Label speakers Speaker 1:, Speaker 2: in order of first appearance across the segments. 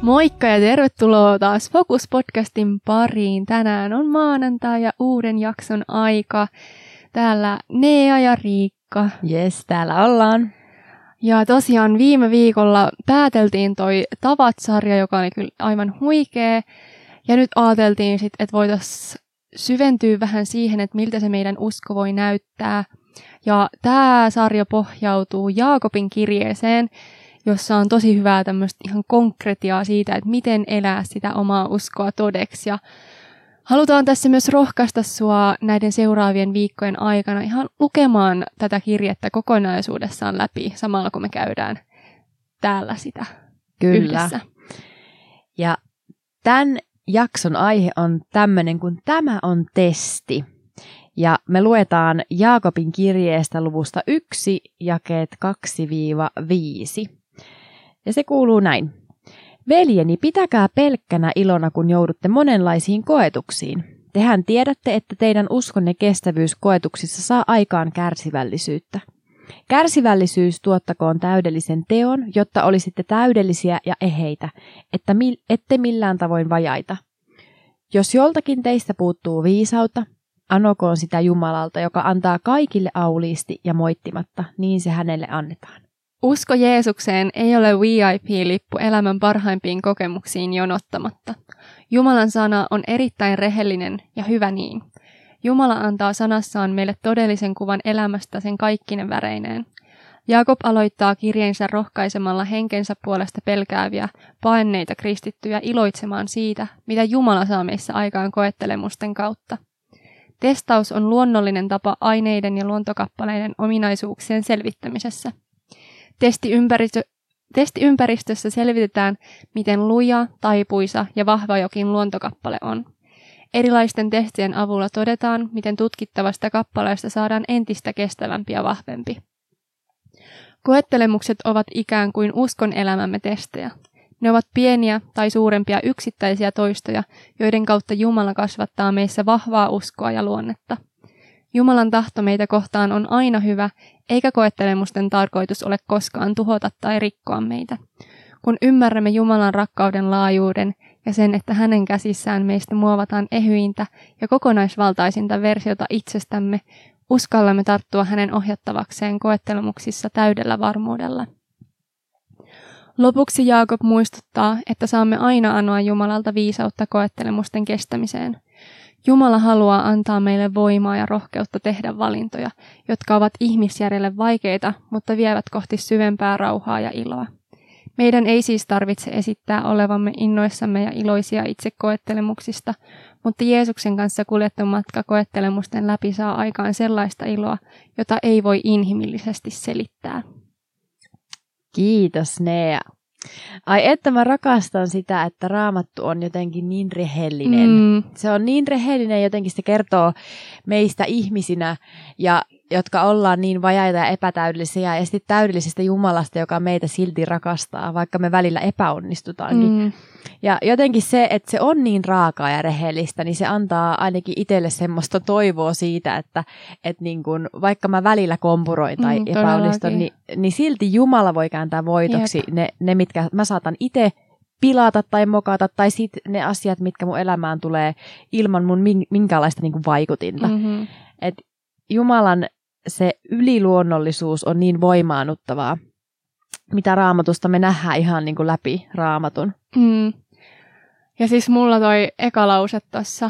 Speaker 1: Moikka ja tervetuloa taas Focus-podcastin pariin. Tänään on maanantai ja uuden jakson aika. Täällä Nea ja Riikka.
Speaker 2: Jes, täällä ollaan.
Speaker 1: Ja tosiaan viime viikolla pääteltiin toi Tavat-sarja, joka oli kyllä aivan huikea. Ja nyt ajateltiin sitten, että voitaisiin syventyä vähän siihen, että miltä se meidän usko voi näyttää. Ja tämä sarja pohjautuu Jaakobin kirjeeseen, jossa on tosi hyvää tämmöistä ihan konkretiaa siitä, että miten elää sitä omaa uskoa todeksi. Ja halutaan tässä myös rohkaista sua näiden seuraavien viikkojen aikana ihan lukemaan tätä kirjettä kokonaisuudessaan läpi, samalla kun me käydään täällä sitä yhdessä.
Speaker 2: Ja tämän jakson aihe on tämmöinen, kun tämä on testi. Ja me luetaan Jaakobin kirjeestä luvusta 1, jakeet 2-5. Ja se kuuluu näin. Veljeni, pitäkää pelkkänä ilona, kun joudutte monenlaisiin koetuksiin. Tehän tiedätte, että teidän uskonne kestävyys koetuksissa saa aikaan kärsivällisyyttä. Kärsivällisyys tuottakoon täydellisen teon, jotta olisitte täydellisiä ja eheitä, ette millään tavoin vajaita. Jos joltakin teistä puuttuu viisautta, anokoon sitä Jumalalta, joka antaa kaikille auliisti ja moittimatta, niin se hänelle annetaan.
Speaker 1: Usko Jeesukseen ei ole VIP-lippu elämän parhaimpiin kokemuksiin jonottamatta. Jumalan sana on erittäin rehellinen ja hyvä niin. Jumala antaa sanassaan meille todellisen kuvan elämästä sen kaikkine väreineen. Jaakob aloittaa kirjeensä rohkaisemalla henkensä puolesta pelkääviä, paenneita kristittyjä iloitsemaan siitä, mitä Jumala saa meissä aikaan koettelemusten kautta. Testaus on luonnollinen tapa aineiden ja luontokappaleiden ominaisuuksien selvittämisessä. Testiympäristössä selvitetään, miten luja, taipuisa ja vahva jokin luontokappale on. Erilaisten testien avulla todetaan, miten tutkittavasta kappaleesta saadaan entistä kestävämpi ja vahvempi. Koettelemukset ovat ikään kuin uskon elämämme testejä. Ne ovat pieniä tai suurempia yksittäisiä toistoja, joiden kautta Jumala kasvattaa meissä vahvaa uskoa ja luonnetta. Jumalan tahto meitä kohtaan on aina hyvä, eikä koettelemusten tarkoitus ole koskaan tuhota tai rikkoa meitä. Kun ymmärrämme Jumalan rakkauden laajuuden ja sen, että hänen käsissään meistä muovataan ehyintä ja kokonaisvaltaisinta versiota itsestämme, uskallamme tarttua hänen ohjattavakseen koettelemuksissa täydellä varmuudella. Lopuksi Jaakob muistuttaa, että saamme aina anoa Jumalalta viisautta koettelemusten kestämiseen. Jumala haluaa antaa meille voimaa ja rohkeutta tehdä valintoja, jotka ovat ihmisjärjelle vaikeita, mutta vievät kohti syvempää rauhaa ja iloa. Meidän ei siis tarvitse esittää olevamme innoissamme ja iloisia itse koettelemuksista, mutta Jeesuksen kanssa kuljettu matka koettelemusten läpi saa aikaan sellaista iloa, jota ei voi inhimillisesti selittää.
Speaker 2: Kiitos Nea. Ai että mä rakastan sitä, että Raamattu on jotenkin niin rehellinen. Se on niin rehellinen, jotenkin se kertoo meistä ihmisinä, jotka ollaan niin vajaita ja epätäydellisiä, ja sitten täydellisestä Jumalasta, joka meitä silti rakastaa, vaikka me välillä epäonnistutaankin. Ja jotenkin se, että se on niin raakaa ja rehellistä, niin se antaa ainakin itselle semmoista toivoa siitä, että niin kun, vaikka mä välillä kompuroin tai epäonnistun, niin silti Jumala voi kääntää voitoksi ne, mitkä mä saatan itse pilata tai mokata, tai sitten ne asiat, mitkä mun elämään tulee ilman mun minkäänlaista niin kuin vaikutinta. Et Jumalan se yliluonnollisuus on niin voimaannuttavaa, mitä Raamatusta me nähdään ihan niin kuin läpi Raamatun.
Speaker 1: Ja siis mulla toi eka lause tuossa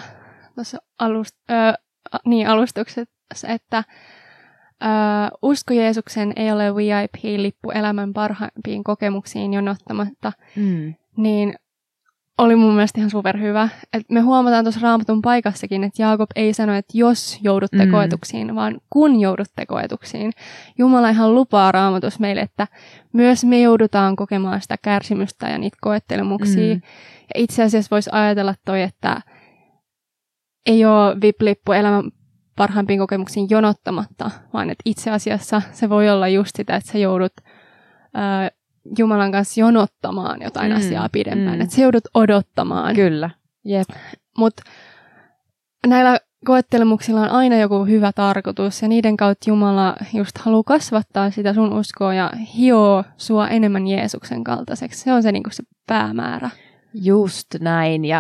Speaker 1: alustuksessa, että usko Jeesuksen ei ole VIP-lippu elämän parhaimpiin kokemuksiin jonottamatta, niin oli mun mielestä ihan superhyvä. Et me huomataan tuossa Raamatun paikassakin, että Jaakob ei sano, että jos joudutte koetuksiin, vaan kun joudutte koetuksiin. Jumala ihan lupaa Raamatussa meille, että myös me joudutaan kokemaan sitä kärsimystä ja niitä koettelemuksia. Ja itse asiassa voisi ajatella toi, että ei ole VIP-lippu elämän parhaimpiin kokemuksiin jonottamatta, vaan että itse asiassa se voi olla just sitä, että sä joudut Jumalan kanssa jonottamaan jotain asiaa pidempään. Että sä joudut odottamaan.
Speaker 2: Kyllä. Jep.
Speaker 1: Mutta näillä koettelemuksilla on aina joku hyvä tarkoitus ja niiden kautta Jumala just haluaa kasvattaa sitä sun uskoa ja hioo sua enemmän Jeesuksen kaltaiseksi. Se on se, niinku se päämäärä.
Speaker 2: Just näin. Ja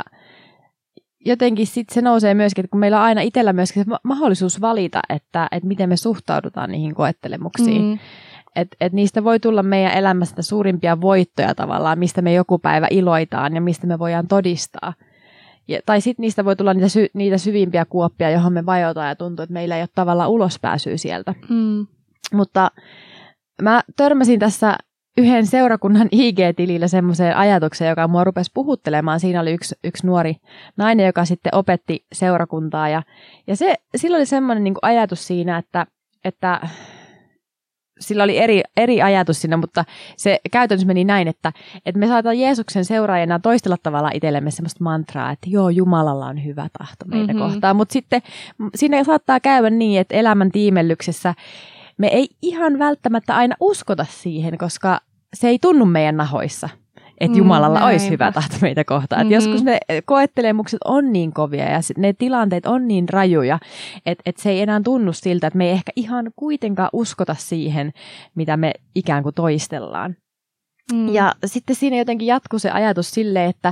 Speaker 2: jotenkin sitten se nousee myöskin, että kun meillä on aina itsellä myöskin se mahdollisuus valita, että miten me suhtaudutaan niihin koettelemuksiin. Että niistä voi tulla meidän elämästä suurimpia voittoja tavallaan, mistä me joku päivä iloitaan ja mistä me voidaan todistaa. Tai sitten niistä voi tulla niitä syvimpiä kuoppia, johon me vajotaan ja tuntuu, että meillä ei ole tavallaan ulospääsyä sieltä. Mutta mä törmäsin tässä yhden seurakunnan IG-tilillä semmoiseen ajatukseen, joka mua rupesi puhuttelemaan. Siinä oli yksi nuori nainen, joka sitten opetti seurakuntaa. Ja sillä oli semmoinen niin kuin ajatus siinä, että sillä oli eri ajatus siinä, mutta se käytännössä meni näin, että me saadaan Jeesuksen seuraajana toistella tavallaan itsellemme semmoista mantraa, että joo, Jumalalla on hyvä tahto meitä kohtaan. Mutta sitten siinä saattaa käydä niin, että elämän tiimellyksessä me ei ihan välttämättä aina uskota siihen, koska se ei tunnu meidän nahoissa, että Jumalalla olisi hyvä tahto meitä kohtaan. Et joskus ne koettelemukset on niin kovia ja ne tilanteet on niin rajuja, että se ei enää tunnu siltä, että me ei ehkä ihan kuitenkaan uskota siihen, mitä me ikään kuin toistellaan. Ja sitten siinä jotenkin jatkuu se ajatus silleen, että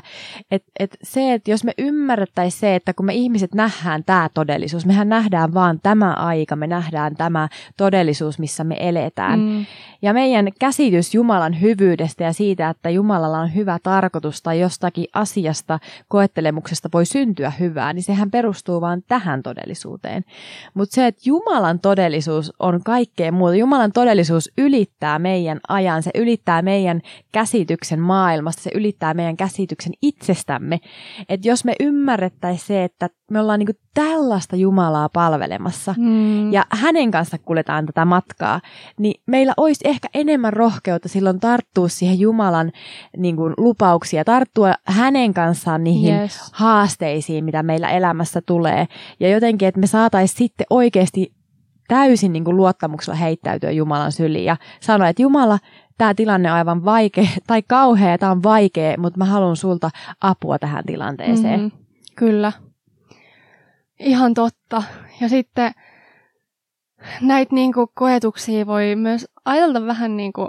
Speaker 2: se, että jos me ymmärrettäisiin se, että kun me ihmiset nähdään tämä todellisuus, mehän nähdään vaan tämä aika, me nähdään tämä todellisuus, missä me eletään. Ja meidän käsitys Jumalan hyvyydestä ja siitä, että Jumalalla on hyvä tarkoitus tai jostakin asiasta, koettelemuksesta voi syntyä hyvää, niin sehän perustuu vaan tähän todellisuuteen. Mutta se, että Jumalan todellisuus on kaikkea muuta, Jumalan todellisuus ylittää meidän ajan, se ylittää meidän käsityksen maailmasta, se ylittää meidän käsityksen itsestämme. Että jos me ymmärrettäisiin se, että me ollaan niinku tällaista Jumalaa palvelemassa ja hänen kanssa kuljetaan tätä matkaa, niin meillä olisi ehkä enemmän rohkeutta silloin tarttua siihen Jumalan niinku lupauksia, tarttua hänen kanssaan niihin haasteisiin, mitä meillä elämässä tulee. Ja jotenkin, että me saataisiin sitten oikeasti täysin niinku luottamuksella heittäytyä Jumalan syliin ja sanoa, että Jumala, tämä tilanne on aivan vaikea tai kauhea, tämä on vaikea, mutta mä haluan sulta apua tähän tilanteeseen.
Speaker 1: Kyllä. Ihan totta. Ja sitten näitä niinku koetuksia voi myös ajatella vähän niinku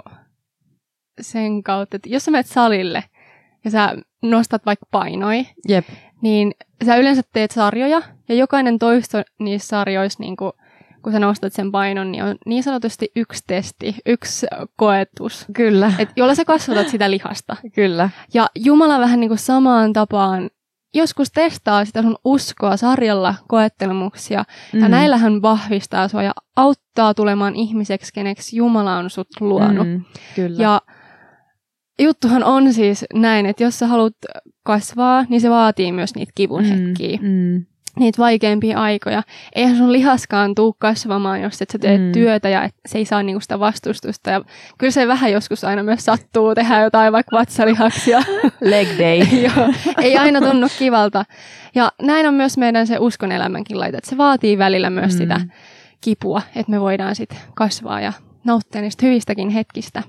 Speaker 1: sen kautta, että jos sä menet salille ja sä nostat vaikka painoja, niin sä yleensä teet sarjoja ja jokainen toisto niissä sarjoissa, niinku, kun sä nostat sen painon, niin on niin sanotusti yksi testi, yksi koetus.
Speaker 2: Kyllä.
Speaker 1: Jolla sä kasvatat sitä lihasta.
Speaker 2: Kyllä.
Speaker 1: Ja Jumala vähän niinku samaan tapaan joskus testaa sitä sun uskoa sarjalla koettelemuksia. Ja näillähän vahvistaa sua ja auttaa tulemaan ihmiseksi, keneksi Jumala on sut luonut.
Speaker 2: Kyllä.
Speaker 1: Ja juttuhan on siis näin, että jos sä haluat kasvaa, niin se vaatii myös niitä kivun hetkiä. Niitä vaikeampia aikoja. Eihän sun lihaskaan tuu kasvamaan, jos et sä teet työtä ja se ei saa niinku sitä vastustusta. Ja kyllä se vähän joskus aina myös sattuu tehdä jotain vaikka vatsalihaksia.
Speaker 2: Leg day.
Speaker 1: Joo, ei aina tunnu kivalta. Ja näin on myös meidän se uskon elämänkin laita. Se vaatii välillä myös sitä kipua, että me voidaan sitten kasvaa ja nauttia niistä hyvistäkin hetkistä.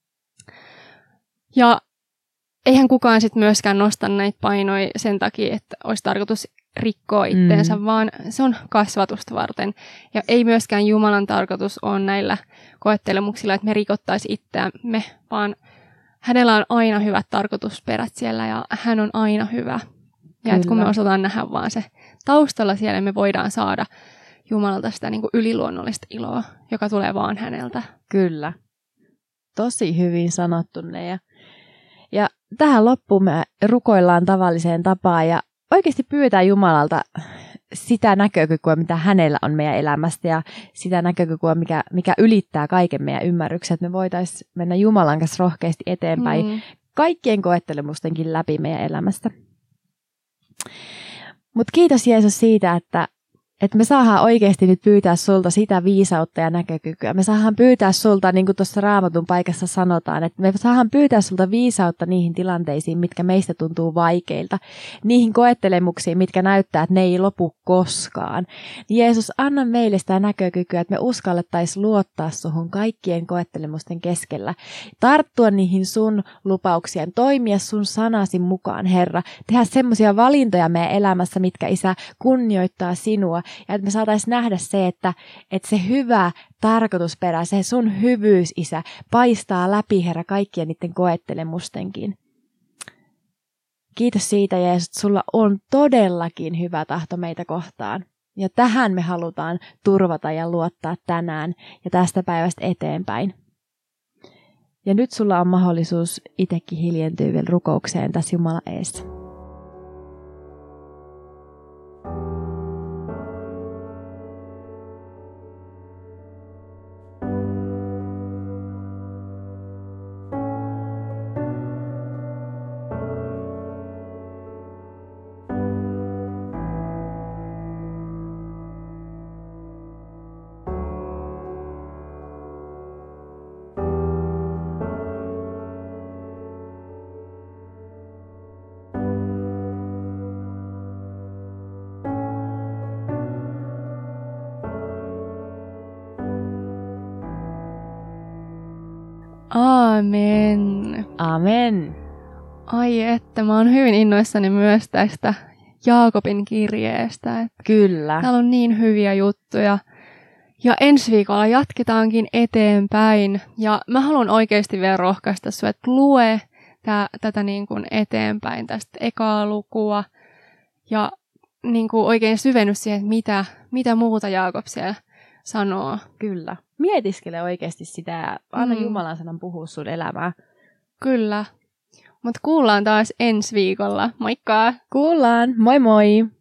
Speaker 1: Ja eihän kukaan sitten myöskään nosta näitä painoja sen takia, että olisi tarkoitus rikkoa itteensä, vaan se on kasvatusta varten. Ja ei myöskään Jumalan tarkoitus ole näillä koettelemuksilla, että me rikottaisiin itseämme, vaan hänellä on aina hyvät tarkoitusperät siellä ja hän on aina hyvä. Ja että kun me osataan nähdä vaan se taustalla siellä, me voidaan saada Jumalalta sitä niin kuin yliluonnollista iloa, joka tulee vaan häneltä.
Speaker 2: Kyllä. Tosi hyvin sanottu ne. Ja tähän loppuun me rukoillaan tavalliseen tapaan ja oikeasti pyytää Jumalalta sitä näkökykyä, mitä hänellä on meidän elämästä ja sitä näkökykyä, mikä ylittää kaiken meidän ymmärryksen, että me voitaisiin mennä Jumalan kanssa rohkeasti eteenpäin kaikkien koettelemustenkin läpi meidän elämästä. Mutta kiitos Jeesus siitä, että me saadaan oikeasti nyt pyytää sulta sitä viisautta ja näkökykyä. Me saadaan pyytää sulta, niin kuin tuossa Raamatun paikassa sanotaan, että me saadaan pyytää sulta viisautta niihin tilanteisiin, mitkä meistä tuntuu vaikeilta. Niihin koettelemuksiin, mitkä näyttää, että ne ei lopu koskaan. Jeesus, anna meille sitä näkökykyä, että me uskallettaisiin luottaa suhun kaikkien koettelemusten keskellä. Tarttua niihin sun lupauksien, toimia sun sanasi mukaan, Herra. Tehdä semmoisia valintoja meidän elämässä, mitkä Isä kunnioittaa sinua. Ja että me saataisiin nähdä se, että se hyvä tarkoitusperä, se sun hyvyys, Isä, paistaa läpi, Herra, kaikkien niiden koettelemustenkin. Kiitos siitä, Jeesus, että sulla on todellakin hyvä tahto meitä kohtaan. Ja tähän me halutaan turvata ja luottaa tänään ja tästä päivästä eteenpäin. Ja nyt sulla on mahdollisuus itsekin hiljentyä vielä rukoukseen tässä Jumalan eessä.
Speaker 1: Aamen.
Speaker 2: Amen.
Speaker 1: Ai että, mä oon hyvin innoissani myös tästä Jaakobin kirjeestä.
Speaker 2: Kyllä.
Speaker 1: Täällä on niin hyviä juttuja. Ja ensi viikolla jatketaankin eteenpäin. Ja mä haluan oikeasti vielä rohkaista sua, että lue tätä niin kuin eteenpäin, tästä ekaa lukua. Ja niin kuin oikein syvenny siihen, että mitä muuta Jaakob siellä sanoo.
Speaker 2: Kyllä. Mietiskele oikeasti sitä ja anna Jumalan sanan puhua sun elämää.
Speaker 1: Kyllä. Mutta kuullaan taas ensi viikolla. Moikka!
Speaker 2: Kuullaan. Moi moi!